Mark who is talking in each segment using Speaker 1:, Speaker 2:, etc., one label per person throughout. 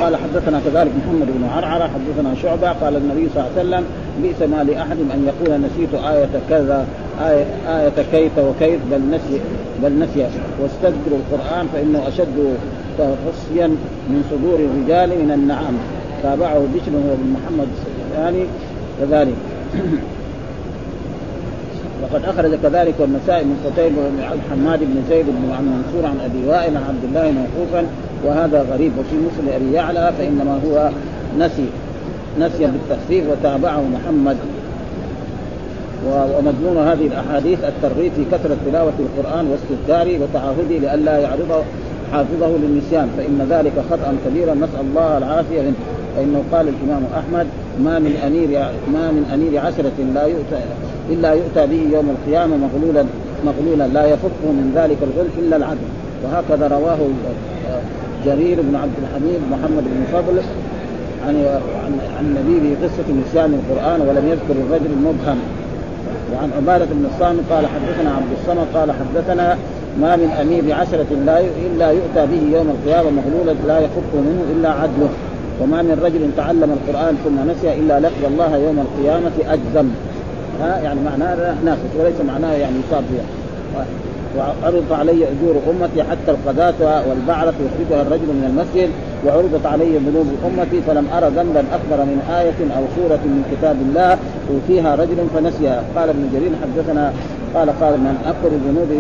Speaker 1: قال حدثنا كذلك محمد بن عرعرة حدثنا شعبة قال النبي صلى الله عليه وسلم بئس ما لأحد أن يقول نسيت آية كذا آية كيت وكيت بل نسي واستذكر القرآن فإنه أشد تفصيا من صدور الرجال من النعم. تابعه بشر بن محمد يعني كذلك. وقد أخرج كذلك والنسائي من قتيبة عن حماد بن زيد بن منصور عن أبي وائل عن عبد الله موقوفا وهذا غريب. وفي مسلم أبي يعلى فإنما هو نسي بالتخفيف وتابعه محمد. ومضمون هذه الأحاديث الترغيب في كثرة تلاوة القرآن واستذكاره وتعاهده لئلا يعرض حافظه للنسيان فإن ذلك خطأ كبيرا نسأل الله العافية منه. فإنه قال الإمام أحمد ما من أمير عشرة إلا يؤتى به يوم القيامة مغلولا لا يفك من ذلك الغل إلا العدل. وهكذا رواه جرير بن عبد الحميد محمد بن فضل عن النبي في قصة نسيان القرآن ولم يذكر الرجل المبهم. وعن عبادة بن الصامت قال حدثنا عبد الصمد قال حدثنا ما من أمير عشرة إلا يؤتى به يوم القيامة مغلولا لا يفك منه إلا عدله. وما من رجل تعلم القرآن ثم نسي إلا لقي الله يوم القيامة أجزم. يعني معناه ناقص وليس معناه يعني يصاب بها. وعرضت علي أجور أمتي حتى القذاة والبعرة يخرجها الرجل من المسجد وعرضت علي ذنوب أمتي فلم أرى ذنبا أكبر من آية أو سورة من كتاب الله وفيها رجل فنسيها. قال ابن جرير حدثنا قال من أكبر الذنوب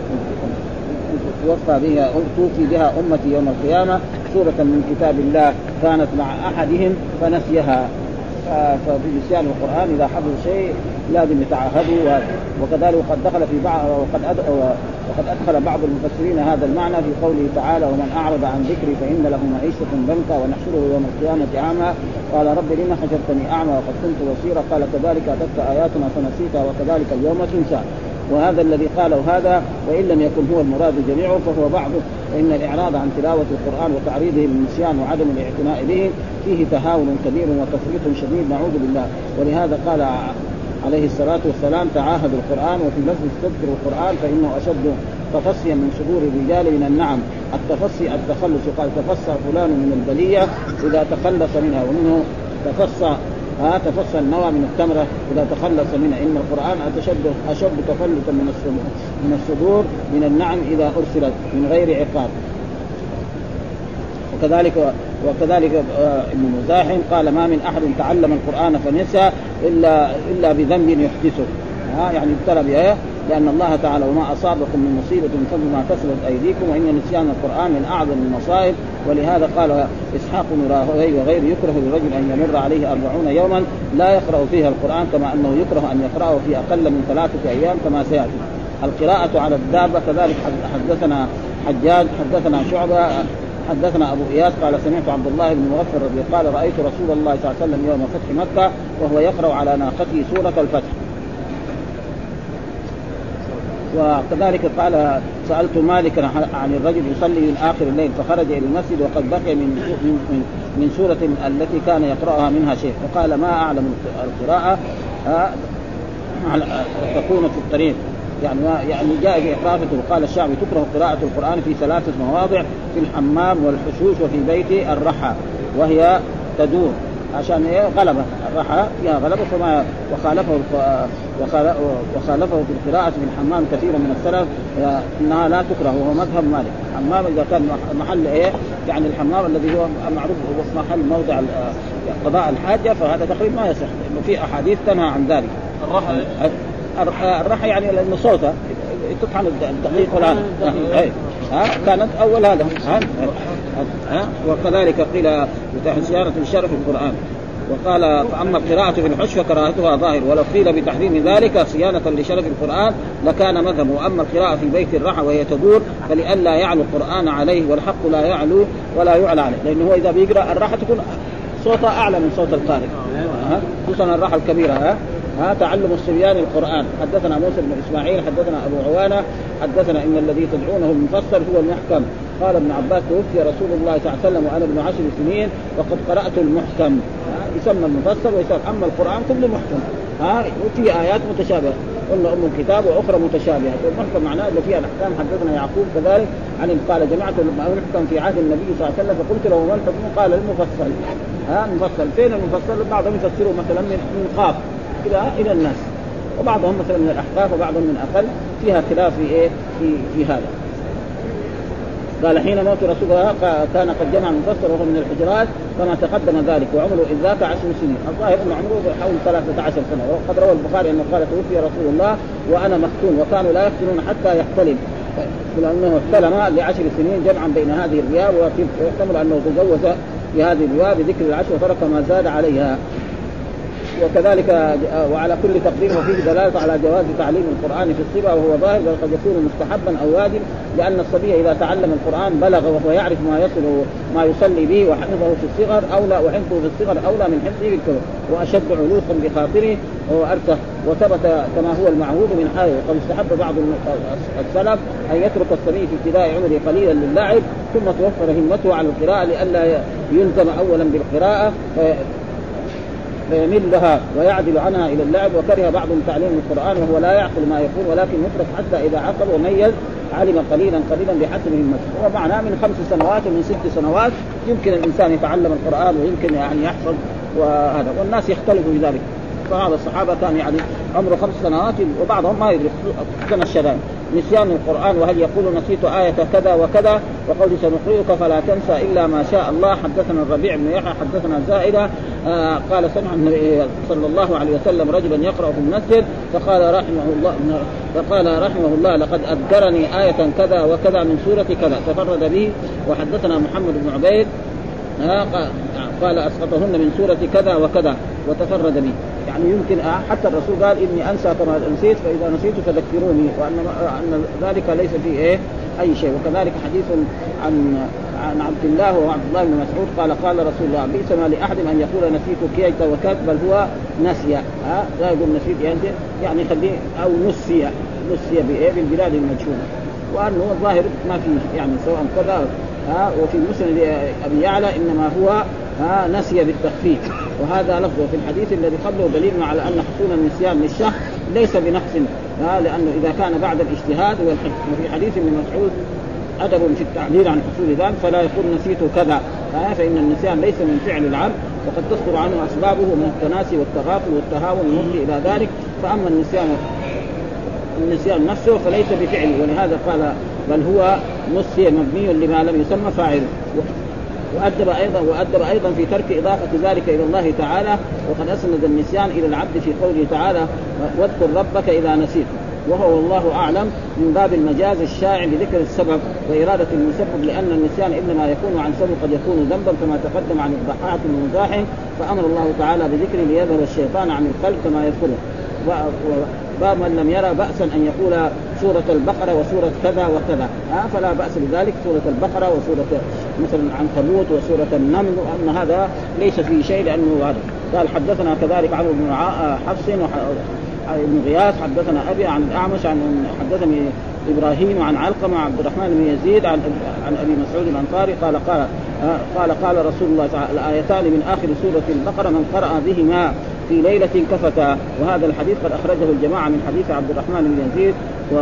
Speaker 1: توفي بها أمتي يوم القيامة سورة من كتاب الله كانت مع أحدهم فنسيها. ففي نسيان القرآن إذا حفظ شيء لازم يتعاهدوا. وكذلك وقد دخل في بعض وقد أدخل بعض المفسرين هذا المعنى في قوله تعالى ومن أعرض عن ذكري فإن له معيشة ضنكا ونحشره يوم القيامة أعمى قال رب لما حشرتني أعمى وقد كنت بصيرا قال كذلك أتتك آياتنا فنسيتها وكذلك اليوم تنسى. وهذا الذي قاله هذا وإن لم يكن هو المراد جميعه فهو بعضه. فإن الإعراض عن تلاوة القرآن وتعريضه للنسيان وعدم الاعتناء به فيه تهاون كبير وتفريط شديد نعوذ بالله. ولهذا قال عليه الصلاة والسلام تعاهد القرآن وفي لفظ استذكر القرآن فإنه أشد تفصيا من صدور الرجال من النعم. التفصي التخلص قال تفصى فلان من البلية إذا تخلص منها ومنه تفصى النوى من التمرة إذا تخلص منها. إن القرآن أشد تفلتا من الصدور من النعم إذا أرسلت من غير عقاب. وكذلك ابن مزاحم قال ما من أحد تعلم القرآن فنسى إلا بذنب يحدثه يعني ابتلى بها لأن الله تعالى وما أصابكم من مصيبة فبما كسبت أيديكم وإن نسيان القرآن من أعظم المصائب. ولهذا قال إسحاق بن راهويه وغير يكره للرجل أن يمر عليه 40 يوما لا يقرأ فيها القرآن كما أنه يكره أن يقرأه في أقل من 3 أيام كما سيأتي. القراءة على الدابة كذلك حدثنا حجاج حدثنا شعبة حدثنا أبو إياس قال سمعت عبد الله بن مغفر رضي الله قال رأيت رسول الله صلى الله عليه وسلم يوم فتح مكة وهو يقرأ على ناقته سورة الفتح. وكذلك قال سألت مالكا عن الرجل يصلي من آخر الليل فخرج إلى المسجد وقد بقي من سورة التي كان يقرأها منها شيء فقال ما أعلم القراءة تكون في الطريق يعني جاء في إحرافته. وقال الشعبي تكره قراءة القرآن في 3 مواضع في الحمام والحشوش وفي بيت الرحى وهي تدور عشان غلبة الرحى فيها غلبة فما وخالفه في القراءة في الحمام كثيرا من السلف إنها لا تكره وهو مذهب مالك. الحمام إذا كان محل يعني الحمام الذي هو معروف محل موضع قضاء الحاجة فهذا تقريبا ما يصح لأنه في أحاديث تنهى عن ذلك. الرحى يعني لأنه صوته تطحن الدقيق والآن كانت أول هذا وكذلك قيل بتحسيانة الشرف القرآن. وقال فأما القراءة في الحش فكراهتها ظاهر ولو قيل بتحريم ذلك صيانة لشرف القرآن لكان مذهب. وأما القراءة في بيت الرحى وهي تدور فلئلا يعلو القرآن عليه والحق لا يعلو ولا يعلى عليه لأنه هو إذا بيقرأ الرحى تكون صوتها أعلى من صوت القارئ خصوصا الرحى الكبيرة تعلم الصبيان القرآن. حدثنا موسى بن إسماعيل حدثنا أبو عوانة حدثنا إن الذي تدعونه المفسر هو المحكم. قال ابن عباس توفي رسول الله صلى الله عليه وسلم وأنا ابن 10 سنين وقد قرأت المحكم يسمى المفسر ويسمى. أما القرآن كله محكم وفي آيات متشابهة قلنا أم الكتاب وأخرى متشابهة. والمحكم معناه اللي فيها الأحكام. حدثنا يعقوب كذلك عن قال جمعت المحكم في عهد النبي صلى الله عليه وسلم فقلت له من حكمه؟ قال المفصل. مفصل فين المفصل؟ بعضهم يفسروا مثلا من قاف إلى الناس، وبعضهم مثلا من الأحقاف وبعضهم من أقل، فيها خلاف في هذا. قال حين موت رسول الله كان قد جمع المفسر وهو من الحجرات كما تقدم ذلك، وعمره إذ ذاك 10 سنين. الظاهر أن عمره حول 13 سنة. وقد روى البخاري أنه قال توفي رسول الله وأنا مختون، وكانوا لا يختنون حتى يحتلم، لأنه احتلم ل10 سنين جمعا بين هذه الرياء، ويحتمل أنه تجوز في هذه الرياء بذكر العشر وترك ما زاد عليها. وكذلك وعلى كل تقدير وفيه دلالة على جواز تعليم القرآن في الصبا، وهو ظاهر بل قد يكون مستحبا أو واجب، لأن الصبي إذا تعلم القرآن بلغ وهو يعرف ما يصلي به وحفظه في الصغر أولى، وحفظه في الصغر أولى من حفظه بالكبر، وأشد علوقا بخاطره وأرتح وثبت كما هو المعهود من حاله. وقد استحب بعض السلف أن يترك الصبي في ابتداء عمره قليلا للعب ثم توفر همته على القراءة لئلا يلزم أولا بالقراءة فيميل لها ويعدل عنها إلى اللعب. وكره بعضهم تعليم القرآن وهو لا يعقل ما يقول، ولكن يترك حتى إذا عقل وميز علم قليلا بحسب همته. ومعناه من 5 سنوات ومن 6 سنوات يمكن الإنسان يتعلم القرآن ويمكن يعني يحفظ، وهذا والناس يختلفوا في ذلك. فهذا الصحابة كان يعني عمره 5 سنوات وبعضهم ما يدرك سنة الشباب. نسيان القرآن، وهل يقول نسيت آية كذا وكذا، وقول سنقرئك فلا تنسى إلا ما شاء الله. حدثنا الربيع بن يحيى حدثنا زائدة قال سمع النبي صلى الله عليه وسلم رجلا يقرأ في المسجد فقال رحمه الله لقد أذكرني آية كذا وكذا من سورة كذا تفرد به. وحدثنا محمد بن عبيد قال أسقطهن من سورة كذا وكذا وتفرد به. يعني يمكن حتى الرسول قال إني أنسى كما نسيت فإذا نسيت فذكروني، وأن ذلك ليس فيه أي شيء. وكذلك حديث عن عبد الله وعبد الله بن مسعود قال رسول الله بئس ما لأحد أن يقول نسيت كيت وكات، بل هو نسي. لا يقول نسيت يعني خليه أو نسي بالبلاد المجهولة، وأنه الظاهر ما فيه يعني سواء كذا. وفي المسند أبي يعلى إنما هو نسي بالتخفيف، وهذا لفظه. في الحديث الذي قبله دليل على أن حصول النسيان للشخص ليس بنقص، لأنه إذا كان بعد الاجتهاد والحفظ. وفي حديث ابن مسعود أدب في التعبير عن حصول ذلك فلا يقول نسيت كذا، فإن النسيان ليس من فعل العبد، وقد تصدر عنه أسبابه من التناسي والتغافل والتهاون المفضي إلى ذلك. فأما النسيان نفسه فليس بفعل، ولهذا قال بل هو نسي مبني لما لم يسمى فاعله. وأدب أيضا في ترك إضافة ذلك إلى الله تعالى، وقد أسند النسيان إلى العبد في قوله تعالى واذكر ربك إذا نسيت، وهو والله أعلم من باب المجاز الشائع بذكر السبب وإرادة المسبب، لأن النسيان إنما يكون عن سبب قد يكون ذنبا كما تقدم عن الضحاك المزاحم، فأمر الله تعالى بذكره ليذهب الشيطان عن القلب كما يذكره. باب من لم يرى بأسا أن يقول سورة البقرة وسورة كذا وكذا، فلا بأس بذلك، سورة البقرة وسورة مثلا عنكبوت وسورة النمل، وأن هذا ليس فيه شيء لأنه هذا. قال حدثنا كذلك عمرو بن حفص بن غياث حدثنا أبي عن الأعمش عن حدثني إبراهيم عن علقمة عن عبد الرحمن بن يزيد عن أبي مسعود الأنصاري قال رسول الله تعالى الآيتان من آخر سورة البقرة من قرأ بهما في ليلة كفتا. وهذا الحديث قد أخرجه الجماعة من حديث عبد الرحمن بن يزيد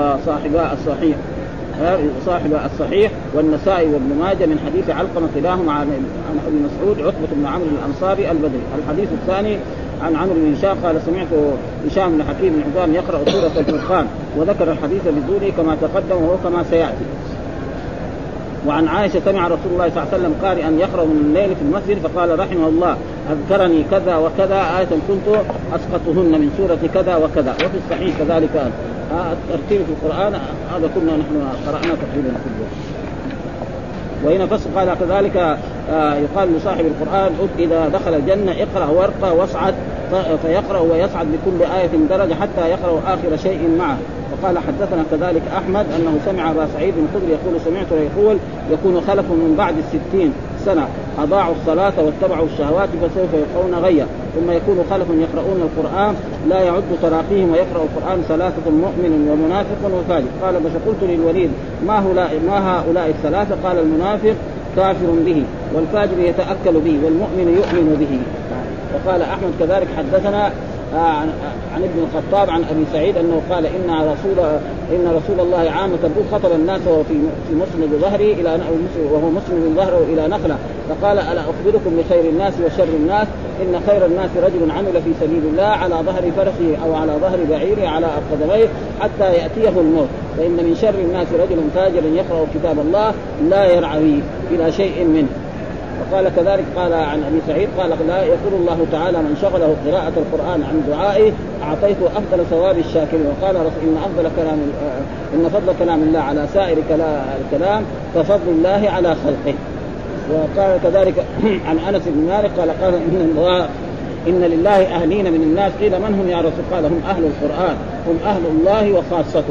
Speaker 1: صاحب الصحيح والنسائي وابن ماجه من حديث علقمة كلاهما عن أبي مسعود عتبة بن عمرو الأنصاري البدري. الحديث الثاني عن عمرو بن هشام قال سمعت هشام بن حكيم بن حزام يقرأ سورة الفرقان، وذكر الحديث بدونه كما تقدم وهو كما سيأتي. وعن عائشة سمع رسول الله صلى الله عليه وسلم قارئا يقرأ من الليل في المسجد فقال رحمه الله أذكرني كذا وكذا آية كنت أسقطهن من سورة كذا وكذا. وفي الصحيح كذلك الترتيب في القرآن هذا كنا نحن قرأنا تقريبا في اليوم. وهنا فصل قال كذلك يقال لصاحب القرآن إذا دخل الجنة اقرأ وارقى واصعد، فيقرأ ويصعد بكل آية درجة حتى يقرأ آخر شيء معه. وقال حدثنا كذلك أحمد أنه سمع أبا سعيد الخدري يقول سمعته يقول يكون خلف من بعد 60 سنة أضاعوا الصلاة واتبعوا الشهوات فسوف يلقون غيا، ثم يكون خلف يقرؤون القرآن لا يعد تراقيهم ويقرأ القرآن 3 مؤمن ومنافق وفاجر. قال فقلت للوليد ما هؤلاء 3؟ قال المنافق كافر به، والفاجر يتأكل به، والمؤمن يؤمن به. وقال أحمد كذلك حدثنا عن ابن الخطاب عن أبي سعيد أنه قال إن رسول الله عامة خطب الناس وهو في مسند ظهره وهو مسند ظهره إلى نخلة، فقال ألا أخبركم بخير الناس وشر الناس؟ إن خير الناس رجل عمل في سبيل الله على ظهر فرسه أو على ظهر بعيره على قدميه حتى يأتيه الموت، فإن من شر الناس رجل فاجر يقرأ كتاب الله لا يرعوي إلى شيء منه. وقال كذلك قال عن أبي سعيد قال لا يقول الله تعالى من شغله قراءة القرآن عن دعائه أعطيته أفضل ثواب الشاكرين. وقال إن فضل كلام الله على سائر الكلام كفضل الله على خلقه. وقال كذلك عن أنس بن مالك قال إن لله أهلين من الناس، قيل من هم يا رسول؟ قال هم أهل القرآن، هم أهل الله وخاصته.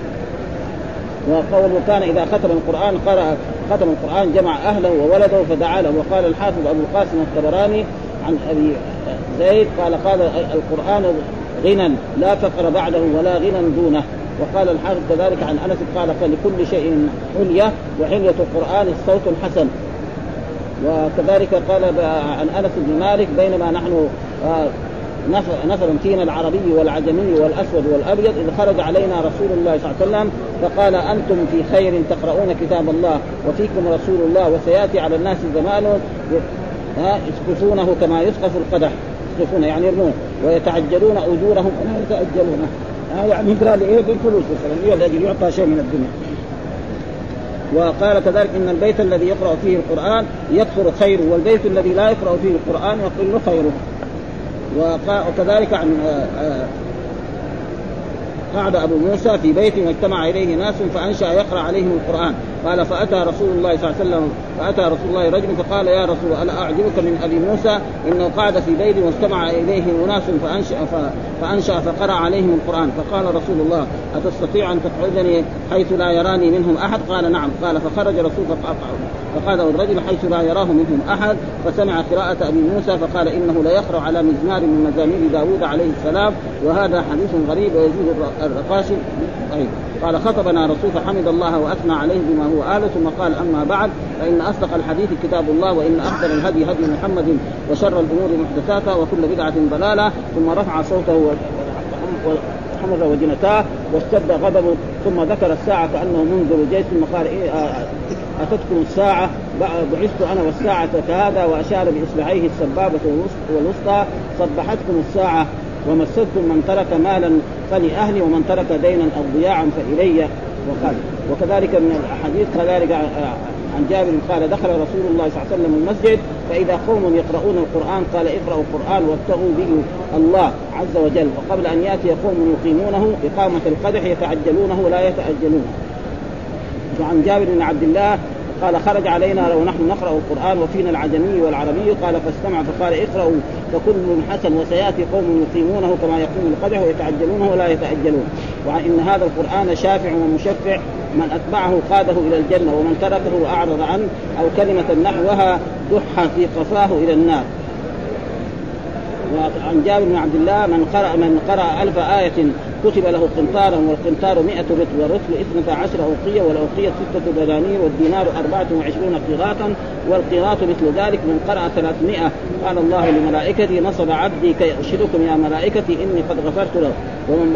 Speaker 1: وقول كان إذا ختم القرآن جمع أهله وولده فدعا له. وقال الحافظ أبو القاسم الطبراني عن أبي زيد قال القرآن غنى لا فقر بعده ولا غنى دونه. وقال الحافظ كذلك عن أنس قال فلكل شيء حلية وحلية القرآن الصوت الحسن. وكذلك قال عن أنس بن مالك بينما نحن نفر فينا العربي والعجمي والأسود والأبيض إذ خرج علينا رسول الله صلى الله عليه وسلم فقال أنتم في خير تقرؤون كتاب الله وفيكم رسول الله وسيأتي على الناس زمان يسقفونه كما يسقف القدح، يسقفونه يعني يرمون، ويتعجلون أجورهم ولا يتأجلونه، يعني يقرأ لإيه بالفلوس مثلا الذي يعطى شيء من الدنيا. وقال كذلك إن البيت الذي يقرأ فيه القرآن يكثر خيره والبيت الذي لا يقرأ فيه القرآن يقل خيره. وكذلك عن قعد أبو موسى في بيت واجتمع إليه ناس فأنشأ يقرأ عليهم القرآن، قال فأتى رسول الله صلى الله عليه وسلم رجل فقال يا رسول ألا أعجبك من أبي موسى إنه قعد في بيت واجتمع إليه أناس فأنشأ فقرأ عليهم القرآن، فقال رسول الله أتستطيع أن تقعدني حيث لا يراني منهم أحد؟ قال نعم. قال فخرج رسول فقال الرجل حيث لا يراه منهم أحد فسمع قراءة أبي موسى فقال إنه لا يقرأ على مزمار من مزامير داود عليه السلام وهذا حديث غريب ويزيد الرقاشي. قال خطبنا رسول فحمد الله وأثنى عليه بما هو أهله ثم قال أما بعد فإن أصدق الحديث كتاب الله وإن أفضل الهدي هدي محمد وشر الأمور محدثاتها وكل بدعة ضلالة. ثم رفع صوته وحمر وجنتاه واشتد غضبه ثم ذكر الساعة كأنه منذر جيش ثم قال أتتكم الساعة بعثت أنا والساعة كهذا وأشار بإصبعيه السبابة والوسطى صبحتكم الساعة ومستكم من ترك مالا فلأهلي ومن ترك دينا أو ضياعا فإلي. وقال وكذلك من الحديث كذلك عن جابر قال دخل رسول الله صلى الله عليه وسلم المسجد فإذا قوم يقرؤون القرآن قال اقرأوا القرآن وابتغوا به الله عز وجل، وقبل أن يأتي قوم يقيمونه إقامة القدح يتعجلونه لا يتأجلون. وعن جابر بن عبد الله قال خرج علينا ونحن نقرأ القرآن وفينا العجمي والعربي قال فاستمع فقال اقرأوا فكل حسن وسيأتي قوم يقيمونه كما يقوم القدح ويتعجلونه ولا يتأجلون. وإن هذا القرآن شافع ومشفع من أتبعه قاده إلى الجنة ومن تركه وأعرض عنه أو كلمة نحوها دح في قفاه إلى النار. وعن جابر بن عبد الله من قرأ 1000 آية كتب له قنطارا والقنطار 100 رطل والرطل 12 أوقية والأوقية 6 دنانير والدينار 24 قيراطا والقيراط مثل ذلك. من قرأ 300 قال الله لملائكتي نصب عبدي كي أشهدكم يا ملائكتي إني قد غفرت له. ومن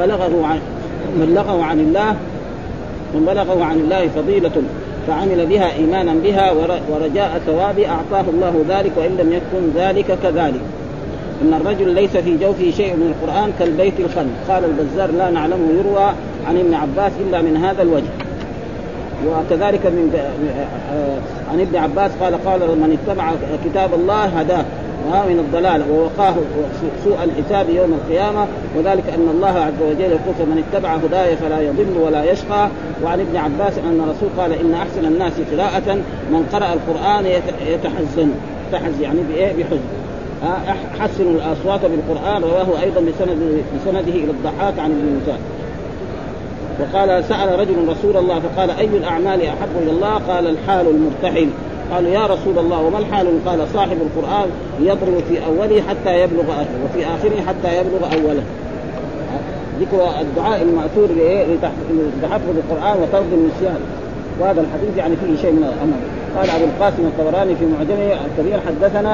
Speaker 1: بلغه عن الله فضيلة فعمل بها إيمانا بها ورجاء ثواب أعطاه الله ذلك وإن لم يكن ذلك كذلك. إن الرجل ليس في جوفه شيء من القرآن كالبيت الخل. قال البزار لا نعلمه يروى عن ابن عباس إلا من هذا الوجه. وكذلك عن ابن عباس قال من اتبع كتاب الله هداه من الضلال ووقاه سوء الحساب يوم القيامة، وذلك أن الله عز وجل يقول من اتبع هداي فلا يضل ولا يشقى. وعن ابن عباس أن الرسول قال إن أحسن الناس قراءة من قرأ القرآن يتحزن يعني بحزن. حسنوا الأصوات بالقرآن. رواه أيضا بسنده إلى الضحاك عن ابن موسى. وقال سأل رجل رسول الله فقال أي الأعمال أحب إلى الله؟ قال الحال المرتحل. قالوا يا رسول الله وما الحال؟ قال صاحب القرآن يضرب في أوله حتى يبلغ آخره وفي آخره حتى يبلغ أوله. ذكر الدعاء المأثور لتحفظ القرآن وطرد النسيان، وهذا الحديث يعني فيه شيء من الأمر. قال أبو القاسم الطبراني في معجمه الكبير حدثنا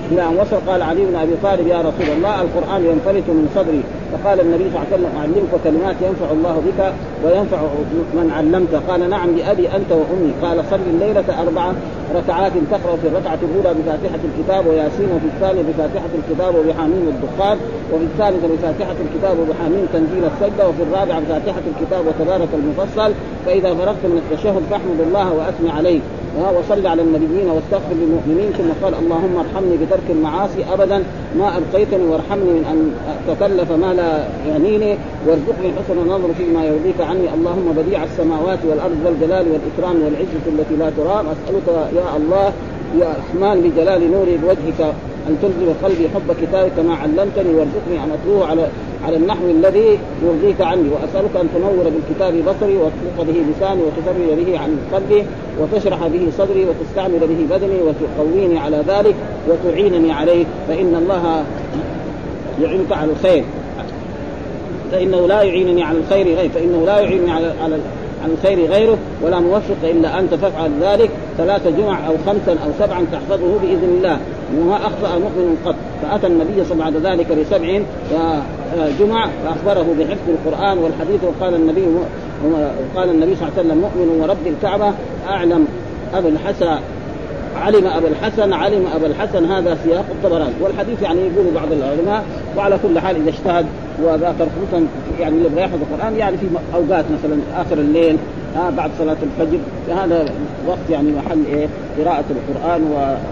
Speaker 1: إلى أن وصل قال علي بن أبي طالب يا رسول الله القرآن ينفلت من صدري. فقال النبي صلى الله عليه وسلم أعلمك كلمات ينفع الله بك وينفع من علمته. قال نعم بأبي أنت وأمي. قال صل الليلة 4 ركعات تقرأ في الركعة الأولى بفاتحة الكتاب وياسين، وفي الثانية بفاتحة الكتاب وبحاميم الدخان، وفي الثالثة بفاتحة الكتاب وبحاميم تنزيل السجدة، وفي الرابعة بفاتحة الكتاب وتبارك المفصل. فإذا فرغت من التشهد فاحمد الله وأثني عليه وصل على النبيين واستغفر للمؤمنين. ثم قال اللهم ارحمني بترك المعاصي أبدا ما أبقيتني، وارحمني من أن أتكلف ما لا يعنيني، وارزقني حسن النظر فيما يرضيك عني. اللهم بديع السماوات والأرض والجلال والإكرام والعزة التي لا ترام، أسألك يا الله يا رحمن بجلال نور وجهك أن تلزم قلبي حب كتابك ما علمتني، وارزقني أن أتلوه على النحو الذي يرضيك عني. وأسألك أن تنور بالكتاب بصري وتطلق به لساني وتفرج به عن قلبي وتشرح به صدري وتستعمل به بدني وتقويني على ذلك وتعينني عليه، فإن الله يعينك على الخير، فإنه لا يعينني على الخير غيره، فإنه لا يعينني على الخير غيره ولا موفق إلا أنت، فافعل ذلك 3 جمع أو 5 أو 7 تحفظه بإذن الله وما أخطأ مؤمن قط. فأتى النبي صلى الله عليه وسلم بعد ذلك ب7 جمع فأخبره بحفظ القرآن والحديث. وقال النبي صلى الله عليه وسلم مؤمن ورب الكعبة أعلم أبو الحسن علم أبا الحسن. هذا سياق الطبراني. والحديث يعني يقول بعض العلماء. وعلى كل حال إذا اجتهد وذاكر خصوصا يعني اللي يحفظ القرآن يعني في أوقات مثلا آخر الليل بعد صلاة الفجر، فهذا وقت يعني محل قراءة القرآن.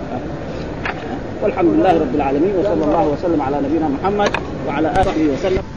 Speaker 1: والحمد لله رب العالمين، وصلى الله وسلم على نبينا محمد وعلى آله وسلم.